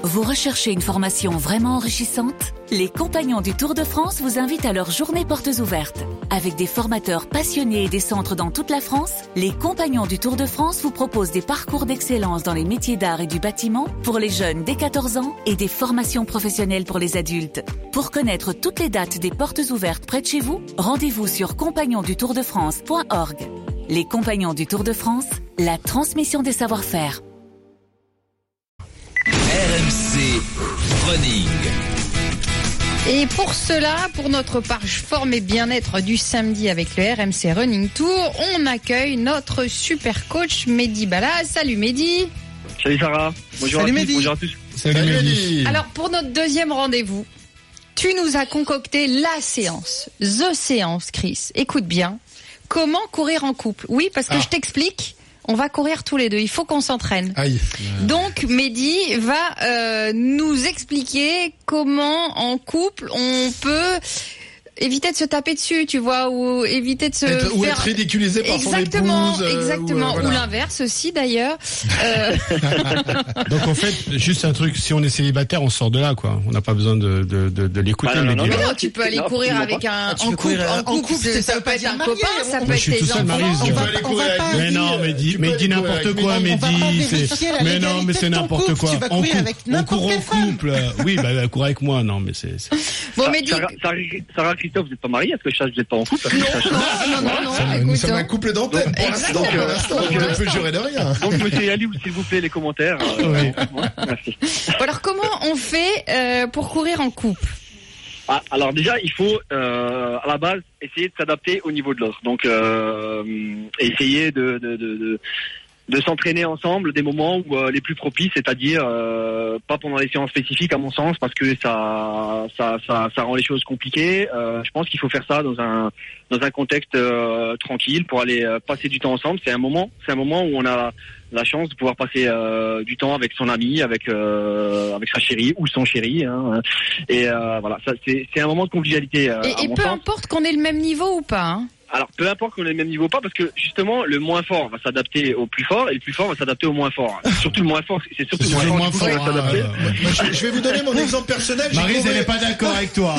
Vous recherchez une formation vraiment enrichissante ? Les Compagnons du Tour de France vous invitent à leur journée portes ouvertes. Avec des formateurs passionnés et des centres dans toute la France, les Compagnons du Tour de France vous proposent des parcours d'excellence dans les métiers d'art et du bâtiment pour les jeunes dès 14 ans et des formations professionnelles pour les adultes. Pour connaître toutes les dates des portes ouvertes près de chez vous, rendez-vous sur compagnonsdutourdefrance.org. Les Compagnons du Tour de France, la transmission des savoir-faire. RMC Running. Et pour cela, pour notre page forme et bien-être du samedi avec le RMC Running Tour, on accueille notre super coach Mehdi Bala. Salut Mehdi. Salut Sarah. Bonjour Salut à tous. Mehdi. Bonjour à tous. Salut Mehdi. Alors pour notre deuxième rendez-vous, tu nous as concocté la séance, The séance, Chris. Écoute bien. Comment courir en couple ? Oui, parce que je t'explique. On va courir tous les deux. Il faut qu'on s'entraîne. Aïe. Donc, Mehdi va nous expliquer comment, en couple, on peut éviter de se taper dessus, tu vois, ou éviter de se Ou faire être ridiculisé par son épouse. Exactement. Ou l'inverse aussi, d'ailleurs. Donc en fait, juste un truc, si on est célibataire, on sort de là, quoi. On n'a pas besoin de l'écouter. Non, Mehdi. non, Tu peux aller courir avec un tu peux courir en couple, ça peut être un copain, ça peut Moi, être je suis tes tout seul, enfants. Maryse. On va aller courir avec Mais non, Mehdi, n'importe quoi, Mehdi. Mais non, mais c'est n'importe quoi. On court en couple. Oui, bah, cours avec moi. Non, mais c'est. Bon, Mehdi. Sarah, Christophe, vous n'êtes pas mariés? Est-ce que je sache, vous n'êtes pas en couple? Non. Nous Écoute, sommes un couple d'antenne. Exactement. Donc, pour l'instant, on ne peut jurer de rien. Donc, monsieur Yalou, s'il vous plaît, les commentaires. Oui. Merci. Alors, comment on fait pour courir en couple ? Alors déjà, il faut à la base essayer de s'adapter au niveau de l'autre. Donc essayer de s'entraîner ensemble des moments où les plus propices, c'est-à-dire pas pendant les séances spécifiques à mon sens, parce que ça rend les choses compliquées. Je pense qu'il faut faire ça dans un contexte tranquille pour aller passer du temps ensemble. C'est un moment où on a la chance de pouvoir passer du temps avec son ami, avec sa chérie ou son chéri, hein. Et voilà, ça c'est un moment de convivialité. Et peu importe qu'on ait le même niveau ou pas, hein. Alors, peu importe qu'on ait le même niveau ou pas, parce que justement, le moins fort va s'adapter au plus fort et le plus fort va s'adapter au moins fort. Surtout le moins fort, c'est surtout le moins fort qui va s'adapter. Moi, je vais vous donner mon exemple personnel. Maryse, elle n'est pas d'accord avec toi.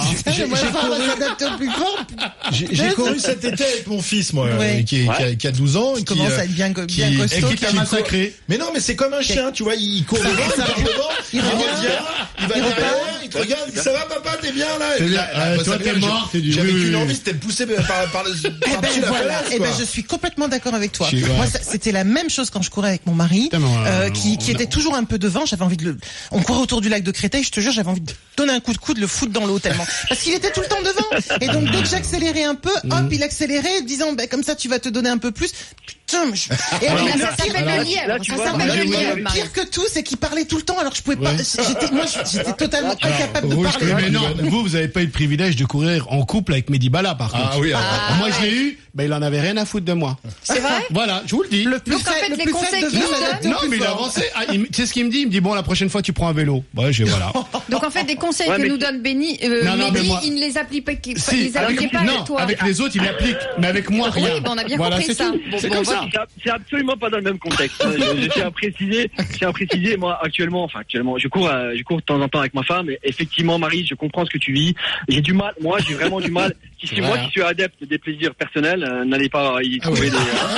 J'ai couru cet été avec mon fils, moi, Ouais. qui a 12 ans. Il commence à être bien costaud. Et qui t'a massacré. Mais non, mais c'est comme un chien, tu vois, il court devant, il part devant, il revient, il va derrière, il te regarde, il dit, ça va papa, t'es bien là? Toi, t'es mort, t'es du J'avais oui, qu'une oui. envie, c'était de pousser par le Eh ben voilà, je suis complètement d'accord avec toi. Moi, c'était la même chose quand je courais avec mon mari, qui était toujours un peu devant. J'avais envie on courait autour du lac de Créteil. Je te jure, j'avais envie de donner un coup de coude, le foutre dans l'eau tellement, parce qu'il était tout le temps devant. Et donc dès que j'accélérais un peu, hop, il accélérait, disant, comme ça, tu vas te donner un peu plus. Putain, ça s'appelle le lièvre. Ça s'appelle le lièvre. Pire que tout, c'est qu'il parlait tout le temps, alors que je pouvais pas. J'étais totalement incapable de parler. Mais non, vous avez pas eu le privilège de courir en couple avec Mehdi Bala, par contre. Ah oui. Moi, je l'ai eu, il en avait rien à foutre de moi. C'est vrai ? Voilà, je vous le dis. Donc en fait, les conseils qu'il nous donne. Non, mais il a avancé. Tu sais ce qu'il me dit ? Il me dit, bon, la prochaine fois, tu prends un vélo. Voilà. Donc en fait, des conseils que nous donne Mehdi, il ne les applique pas avec toi. Avec les autres, il l'applique, mais avec moi, rien. Oui, on a bien voilà, compris ça. C'est comme ça. C'est absolument pas dans le même contexte. Je tiens à préciser, moi, actuellement, je cours de temps en temps avec ma femme, et effectivement, Marie, je comprends ce que tu vis. J'ai vraiment du mal. Si moi qui suis adepte des plaisirs personnels, n'allez pas y trouver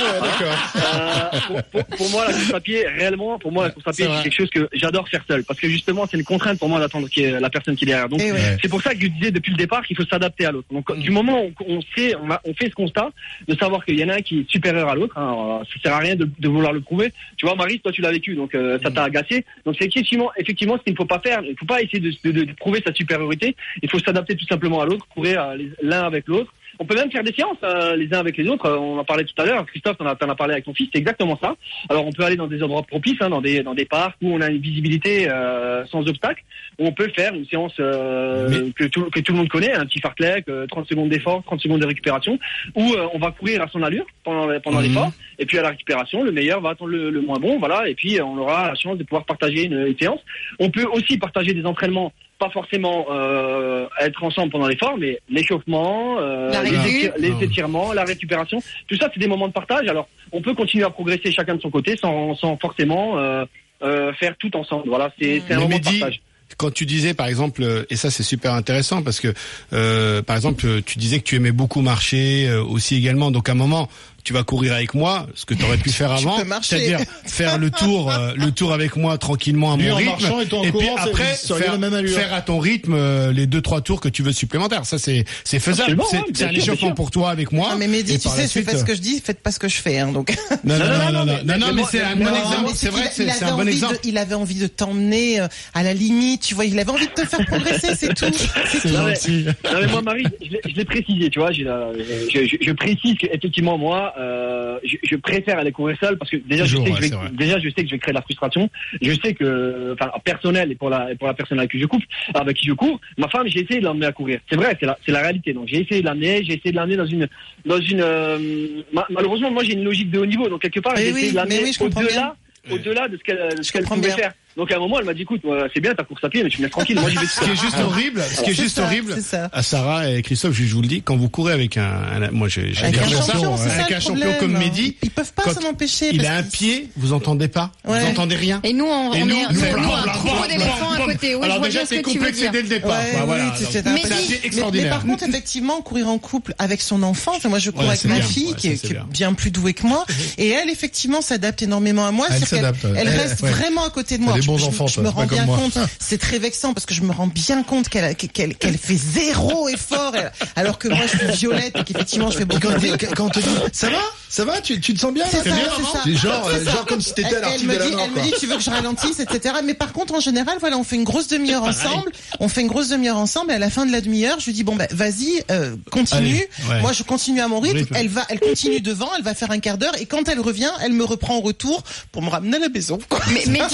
pour moi, la course à pied, réellement, c'est quelque chose que j'adore faire seul. Parce que justement, c'est une contrainte pour moi d'attendre la personne qui est derrière. Donc, c'est pour ça que je disais depuis le départ qu'il faut s'adapter à l'autre. Donc, du moment où on fait ce constat, de savoir qu'il y en a un qui est supérieur à l'autre, hein, ça sert à rien de vouloir le prouver. Tu vois, Marie, toi, tu l'as vécu, donc, ça t'a agacé. Donc, c'est effectivement ce qu'il ne faut pas faire. Il ne faut pas essayer de prouver sa supériorité. Il faut s'adapter tout simplement à l'autre, courir l'un avec l'autre. On peut même faire des séances les uns avec les autres. On en parlait tout à l'heure. Christophe, t'en as parlé avec ton fils. C'est exactement ça. Alors on peut aller dans des endroits propices, dans des parcs où on a une visibilité sans obstacle. Où on peut faire une séance que tout le monde connaît, un petit fartlek, 30 secondes d'effort, 30 secondes de récupération, où on va courir à son allure pendant l'effort. Et puis à la récupération, le meilleur va attendre le moins bon, voilà. Et puis on aura la chance de pouvoir partager une séance. On peut aussi partager des entraînements. Pas forcément être ensemble pendant l'effort, mais l'échauffement, les étirements, la récupération, tout ça c'est des moments de partage. Alors on peut continuer à progresser chacun de son côté sans forcément faire tout ensemble. Voilà, c'est un moment de partage. Quand tu disais, par exemple, et ça c'est super intéressant parce que, par exemple, tu disais que tu aimais beaucoup marcher aussi également. Donc à un moment, tu vas courir avec moi, ce que tu aurais pu faire avant, c'est-à-dire faire le tour avec moi tranquillement à mon rythme, et puis après faire à ton rythme les 2-3 tours que tu veux supplémentaires. Ça c'est faisable. C'est un échauffement pour toi avec moi. Non mais Mehdi, tu sais, je fais ce que je dis, faites pas ce que je fais. Hein, donc. Non, mais c'est un bon exemple. C'est vrai que c'est un bon exemple. Il avait envie de t'emmener à la limite, tu vois, il avait envie de te faire progresser, c'est tout. C'est gentil. Non mais moi, Marie, je l'ai précisé, tu vois, je précise qu'effectivement moi. Je préfère aller courir seul parce que déjà je sais que je vais créer de la frustration. Je sais que, enfin, personnel et pour la personne avec qui je cours, ma femme, j'ai essayé de l'emmener à courir. C'est vrai, c'est la réalité. Donc j'ai essayé de l'amener dans une malheureusement moi j'ai une logique de haut niveau, donc quelque part j'ai essayé de l'amener au-delà de ce qu'elle pouvait faire. Donc à un moment, elle m'a dit, écoute, c'est bien ta course à pied, mais tu me laisses tranquille. Moi, j'y vais. Ce qui est juste horrible, à Sarah et Christophe, je vous le dis, quand vous courez avec moi, j'ai un champion comme Mehdi, ils peuvent pas s'en empêcher. Il a un pied, vous entendez pas, vous entendez rien. Et nous, on est un gros d'éléphant à côté. Alors déjà, c'est complexé dès le départ. C'est extraordinaire. Mais par contre, effectivement, courir en couple avec son enfant. Moi, je cours avec ma fille, qui est bien plus douée que moi, et elle, effectivement, s'adapte énormément à moi. Elle reste vraiment à côté de moi. Je me rends bien compte, c'est très vexant parce que je me rends bien compte qu'elle fait zéro effort, alors que moi je suis Violette et qu'effectivement je fais beaucoup. Quand on te dit ça va, tu te sens bien? C'est ça. Genre comme si t'étais à l'artiste de la Nord. Elle me dit tu veux que je ralentisse, etc. Mais par contre en général, voilà, on fait une grosse demi-heure ensemble. Et à la fin de la demi-heure, je lui dis bon vas-y, continue. Moi je continue à mon rythme. Elle continue devant, elle va faire un quart d'heure et quand elle revient, elle me reprend au retour pour me ramener à la maison. Mais dis,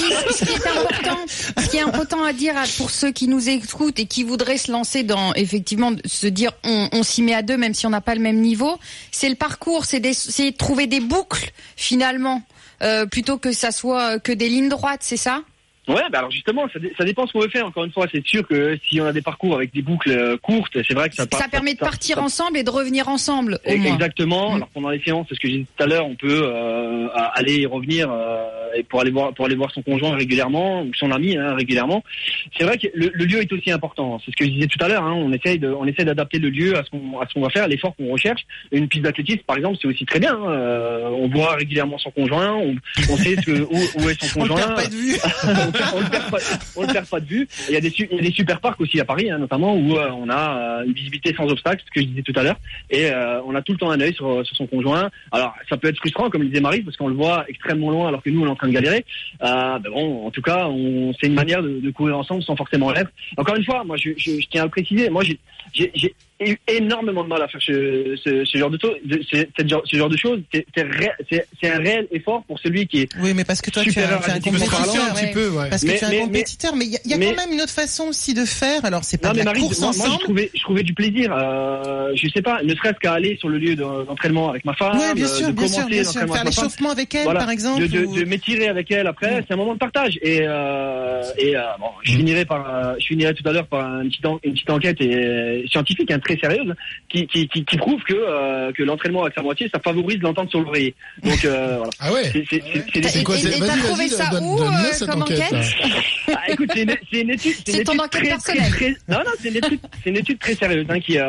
ce qui est important à dire pour ceux qui nous écoutent et qui voudraient se lancer dans, effectivement, se dire on s'y met à deux même si on n'a pas le même niveau, c'est le parcours, c'est de trouver des boucles finalement, plutôt que ça soit que des lignes droites, c'est ça? Ouais, alors justement, ça dépend ce qu'on veut faire. Encore une fois, c'est sûr que si on a des parcours avec des boucles courtes, c'est vrai que ça permet de partir ensemble et de revenir ensemble. Exactement. Alors pendant les séances, c'est ce que j'ai dit tout à l'heure, on peut aller et revenir et pour aller voir son conjoint régulièrement ou son ami régulièrement. C'est vrai que le lieu est aussi important. C'est ce que je disais tout à l'heure. On essaie d'adapter le lieu à ce qu'on va faire, l'effort qu'on recherche. Une piste d'athlétisme, par exemple, c'est aussi très bien. On voit régulièrement son conjoint, on sait où est son conjoint. On le perd pas de vue. on le perd pas de vue. Il y a des super parcs aussi à Paris, notamment où on a une visibilité sans obstacle, ce que je disais tout à l'heure, et on a tout le temps un œil sur son conjoint. Alors ça peut être frustrant, comme le disait Marie, parce qu'on le voit extrêmement loin, alors que nous on est en train de galérer. Bon, en tout cas, c'est une manière de courir ensemble sans forcément l'être. Encore une fois, moi je tiens à le préciser. Moi j'ai eu énormément de mal à faire ce genre de choses. C'est un réel effort pour celui qui est. Oui, mais parce que toi tu es un compétiteur, parce que tu es un compétiteur, mais il y a quand même une autre façon aussi de faire. Alors c'est pas de la course ensemble. Moi je trouvais du plaisir. Je sais pas, ne serait-ce qu'à aller sur le lieu d'entraînement avec ma femme. Oui, bien sûr. Faire l'échauffement avec elle, par exemple. De m'étirer avec elle après, c'est un moment de partage. Et bon, je finirai tout à l'heure par une petite enquête scientifique, très sérieuse, qui prouve que l'entraînement avec sa moitié, ça favorise l'entente sur l'oreiller. Donc voilà. Ah ouais. C'est quoi? T'as trouvé ça où comme enquête? Écoute, c'est une étude. C'est ton enquête personnelle. Non, c'est une étude très sérieuse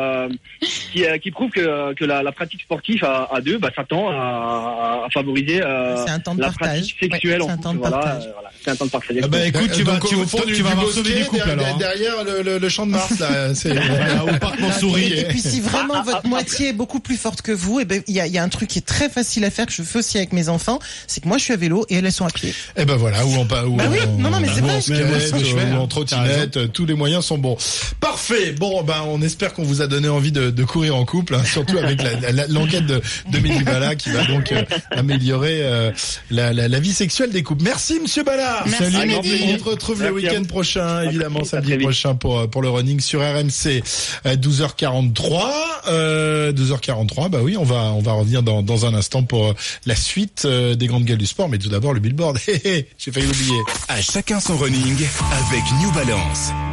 qui prouve que la pratique sportive à deux, ça tend à favoriser la pratique sexuelle. C'est un temps de partage. C'est un temps de partage. Écoute, tu vas sauver des couples alors. Derrière le champ de Mars là, c'est au parc Montsouris. Et puis si vraiment votre moitié est beaucoup plus forte que vous, il y a un truc qui est très facile à faire que je fais aussi avec mes enfants, c'est que moi je suis à vélo et elles sont à pied. Et voilà, ou mais c'est vrai. En trottinette, tous les moyens sont bons. Parfait. Bon, on espère qu'on vous a donné envie de courir en couple, surtout avec l'enquête de Mehdi Bala qui va donc améliorer la vie sexuelle des couples. Merci Monsieur Bala. Salut Mehdi. On te retrouve le week-end prochain, évidemment samedi prochain pour le running sur RMC. 12h43. 12h43. Oui, on va revenir dans un instant pour la suite des grandes gueules du sport, mais tout d'abord le billboard. J'ai failli l'oublier. À chacun son running avec New Balance.